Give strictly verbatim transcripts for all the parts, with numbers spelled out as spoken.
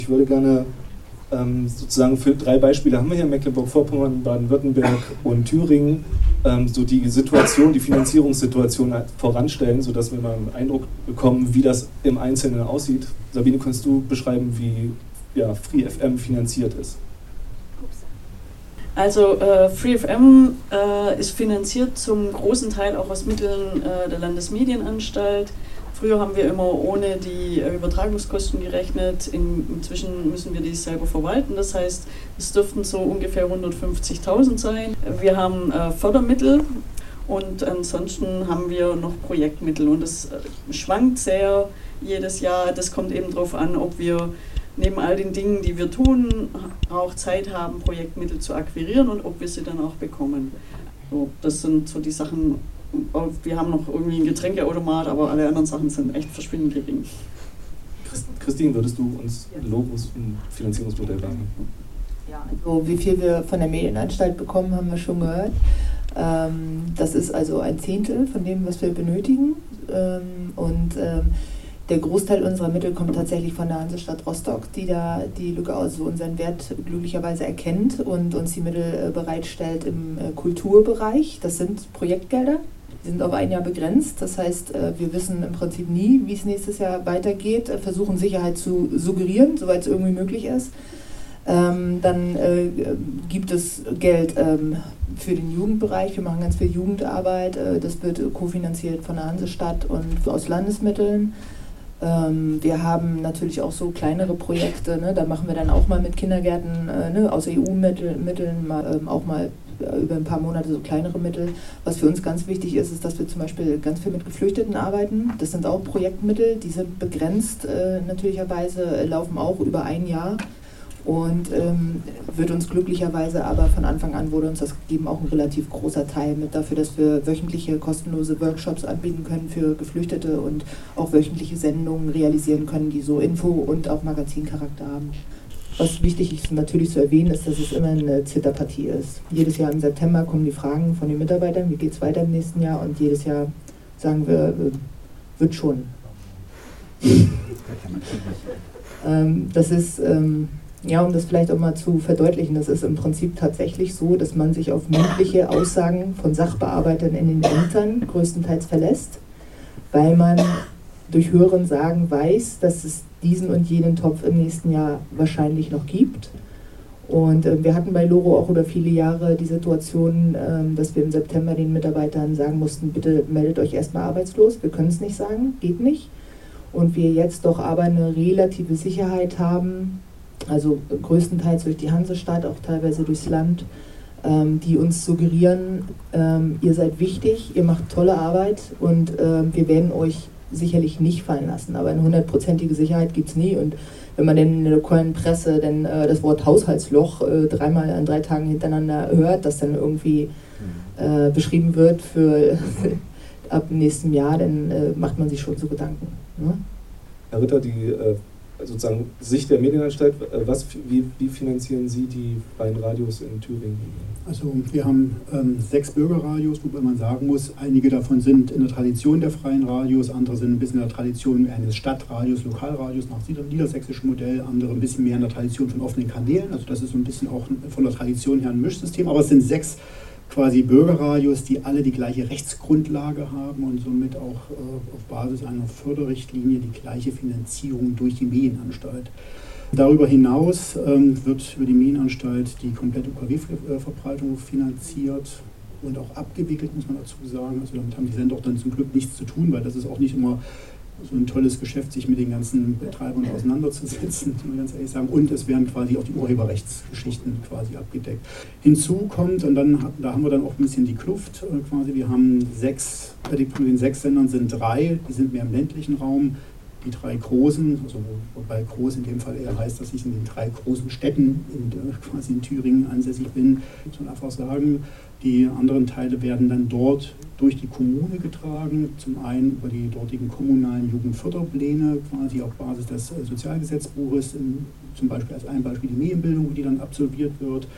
Ich würde gerne ähm, sozusagen für drei Beispiele haben wir hier in Mecklenburg-Vorpommern, Baden-Württemberg und Thüringen ähm, so die Situation, die Finanzierungssituation voranstellen, sodass wir mal einen Eindruck bekommen, wie das im Einzelnen aussieht. Sabine, kannst du beschreiben, wie ja, FreeFM finanziert ist? Also äh, FreeFM äh, ist finanziert zum großen Teil auch aus Mitteln äh, der Landesmedienanstalt. Früher haben wir immer ohne die äh, Übertragungskosten gerechnet, In, inzwischen müssen wir die selber verwalten, das heißt, es dürften so ungefähr hundertfünfzigtausend sein. Wir haben äh, Fördermittel und ansonsten haben wir noch Projektmittel und das äh, schwankt sehr jedes Jahr. Das kommt eben darauf an, ob wir neben all den Dingen, die wir tun, auch Zeit haben, Projektmittel zu akquirieren und ob wir sie dann auch bekommen. So, das sind so die Sachen. Wir haben noch irgendwie einen Getränkeautomat, aber alle anderen Sachen sind echt verschwindend gering. Christine, würdest du uns Logos und Finanzierungsmodell sagen? Ja, also wie viel wir von der Medienanstalt bekommen, haben wir schon gehört. Ähm, das ist also ein Zehntel von dem, was wir benötigen. Ähm, und ähm, der Großteil unserer Mittel kommt tatsächlich von der Hansestadt Rostock, die da die Lücke aus so unseren Wert glücklicherweise erkennt und uns die Mittel bereitstellt im Kulturbereich. Das sind Projektgelder, die sind auf ein Jahr begrenzt. Das heißt, wir wissen im Prinzip nie, wie es nächstes Jahr weitergeht, versuchen Sicherheit zu suggerieren, soweit es irgendwie möglich ist. Ähm, dann äh, gibt es Geld ähm, für den Jugendbereich. Wir machen ganz viel Jugendarbeit. Äh, das wird kofinanziert von der Hansestadt und aus Landesmitteln. Wir haben natürlich auch so kleinere Projekte, ne? Da machen wir dann auch mal mit Kindergärten äh, ne? aus E U-Mitteln mal, ähm, auch mal äh, über ein paar Monate so kleinere Mittel. Was für uns ganz wichtig ist, ist, dass wir zum Beispiel ganz viel mit Geflüchteten arbeiten. Das sind auch Projektmittel, die sind begrenzt äh, natürlicherweise, äh, laufen auch über ein Jahr. Und ähm, wird uns glücklicherweise aber von Anfang an wurde uns das gegeben, auch ein relativ großer Teil mit dafür, dass wir wöchentliche kostenlose Workshops anbieten können für Geflüchtete und auch wöchentliche Sendungen realisieren können, die so Info- und auch Magazincharakter haben. Was wichtig ist natürlich zu erwähnen, ist, dass es immer eine Zitterpartie ist. Jedes Jahr im September kommen die Fragen von den Mitarbeitern, wie geht es weiter im nächsten Jahr, und jedes Jahr sagen wir, äh, wird schon. ähm, das ist... Ähm, Ja, um das vielleicht auch mal zu verdeutlichen, das ist im Prinzip tatsächlich so, dass man sich auf mündliche Aussagen von Sachbearbeitern in den Ämtern größtenteils verlässt, weil man durch Hören sagen weiß, dass es diesen und jenen Topf im nächsten Jahr wahrscheinlich noch gibt. Und äh, wir hatten bei Loro auch über viele Jahre die Situation, äh, dass wir im September den Mitarbeitern sagen mussten, bitte meldet euch erstmal arbeitslos, wir können es nicht sagen, geht nicht. Und wir jetzt doch aber eine relative Sicherheit haben, also größtenteils durch die Hansestadt, auch teilweise durchs Land, ähm, die uns suggerieren, ähm, ihr seid wichtig, ihr macht tolle Arbeit und ähm, wir werden euch sicherlich nicht fallen lassen. Aber eine hundertprozentige Sicherheit gibt es nie. Und wenn man denn in der lokalen Presse denn, äh, das Wort Haushaltsloch äh, dreimal an drei Tagen hintereinander hört, das dann irgendwie äh, beschrieben wird für ab nächstem Jahr, dann äh, macht man sich schon so Gedanken. Ne? Herr Ritter, die äh sozusagen Sicht der Medienanstalt, was, wie, wie finanzieren Sie die freien Radios in Thüringen? Also wir haben ähm, sechs Bürgerradios, wobei man sagen muss, einige davon sind in der Tradition der freien Radios, andere sind ein bisschen in der Tradition eines Stadtradios, Lokalradios nach niedersächsischem Modell, andere ein bisschen mehr in der Tradition von offenen Kanälen, also das ist so ein bisschen auch von der Tradition her ein Mischsystem, aber es sind sechs quasi Bürgerradios, die alle die gleiche Rechtsgrundlage haben und somit auch äh, auf Basis einer Förderrichtlinie die gleiche Finanzierung durch die Medienanstalt. Darüber hinaus ähm, wird über die Medienanstalt die komplette U K W-Verbreitung finanziert und auch abgewickelt, muss man dazu sagen. Also damit haben die Sender auch dann zum Glück nichts zu tun, weil das ist auch nicht immer so ein tolles Geschäft, sich mit den ganzen Betreibern auseinanderzusetzen, muss man ganz ehrlich sagen. Und es werden quasi auch die Urheberrechtsgeschichten quasi abgedeckt. Hinzu kommt, und dann da haben wir dann auch ein bisschen die Kluft äh, quasi, wir haben sechs, äh, von den sechs Sendern sind drei, die sind mehr im ländlichen Raum, die drei großen, also wobei groß in dem Fall eher heißt, dass ich in den drei großen Städten in, quasi in Thüringen ansässig bin, muss man einfach sagen. Die anderen Teile werden dann dort durch die Kommune getragen, zum einen über die dortigen kommunalen Jugendförderpläne, quasi auf Basis des Sozialgesetzbuches, in, zum Beispiel als ein Beispiel die Medienbildung, die dann absolviert wird.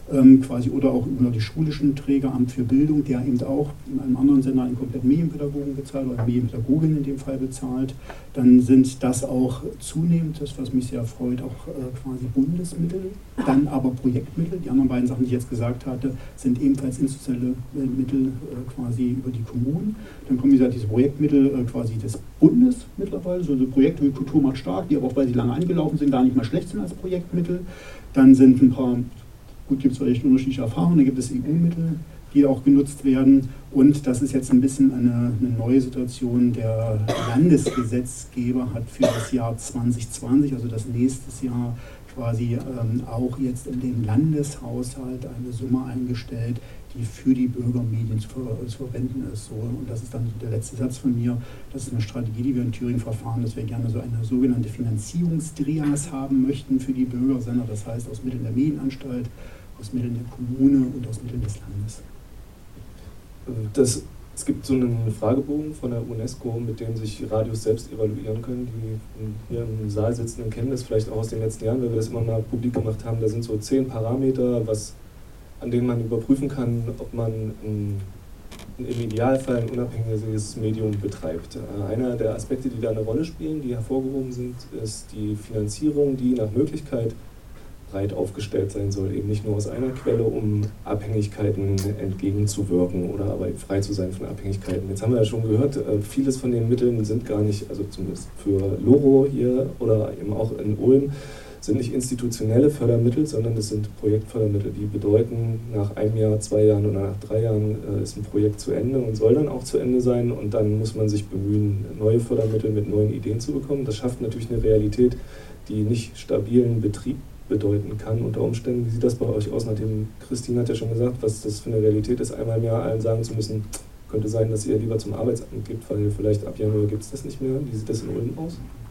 ähm, quasi oder auch über die schulischen Träger, Amt für Bildung, der eben auch in einem anderen Sender einen kompletten Medienpädagogen bezahlt oder eine Medienpädagogin in dem Fall bezahlt. Dann sind das auch zunehmend, das was mich sehr freut, auch äh, quasi Bundesmittel, dann aber Projektmittel. Die anderen beiden Sachen, die ich jetzt gesagt hatte, sind ebenfalls institutionelle äh, Mittel äh, quasi über die Kommunen. Dann kommen, wie gesagt, diese Projektmittel äh, quasi des Bundes mittlerweile, so also Projekte wie Kultur macht stark, die aber auch, weil sie lange angelaufen sind, gar nicht mal schlecht sind als Projektmittel. Dann sind ein paar, gut, gibt es vielleicht unterschiedliche Erfahrungen, dann gibt es E U-Mittel, die auch genutzt werden. Und das ist jetzt ein bisschen eine, eine neue Situation. Der Landesgesetzgeber hat für das Jahr zwanzig zwanzig, also das nächste Jahr, quasi ähm, auch jetzt in den Landeshaushalt eine Summe eingestellt, die für die Bürgermedien zu, ver zu verwenden ist. So, und das ist dann der letzte Satz von mir. Das ist eine Strategie, die wir in Thüringen verfahren, dass wir gerne so eine sogenannte Finanzierungsdrias haben möchten für die Bürgersender. Das heißt aus Mitteln der Medienanstalt, aus Mitteln der Kommune und aus Mitteln des Landes. Das, es gibt so einen Fragebogen von der UNESCO, mit dem sich Radios selbst evaluieren können. Die hier im Saal sitzen und kennen das vielleicht auch aus den letzten Jahren, weil wir das immer mal publik gemacht haben. Da sind so zehn Parameter, was, an denen man überprüfen kann, ob man ein, im Idealfall ein unabhängiges Medium betreibt. Einer der Aspekte, die da eine Rolle spielen, die hervorgehoben sind, ist die Finanzierung, die nach Möglichkeit breit aufgestellt sein soll, eben nicht nur aus einer Quelle, um Abhängigkeiten entgegenzuwirken oder aber frei zu sein von Abhängigkeiten. Jetzt haben wir ja schon gehört, vieles von den Mitteln sind gar nicht, also zumindest für Loro hier oder eben auch in Ulm, sind nicht institutionelle Fördermittel, sondern das sind Projektfördermittel, die bedeuten, nach einem Jahr, zwei Jahren oder nach drei Jahren ist ein Projekt zu Ende und soll dann auch zu Ende sein und dann muss man sich bemühen, neue Fördermittel mit neuen Ideen zu bekommen. Das schafft natürlich eine Realität, die nicht stabilen Betrieb bedeuten kann unter Umständen. Wie sieht das bei euch aus? Nachdem Christine hat ja schon gesagt, was das für eine Realität ist, einmal im Jahr allen sagen zu müssen, könnte sein, dass ihr lieber zum Arbeitsamt geht, weil vielleicht ab Januar gibt es das nicht mehr. Wie sieht das in Ulm aus?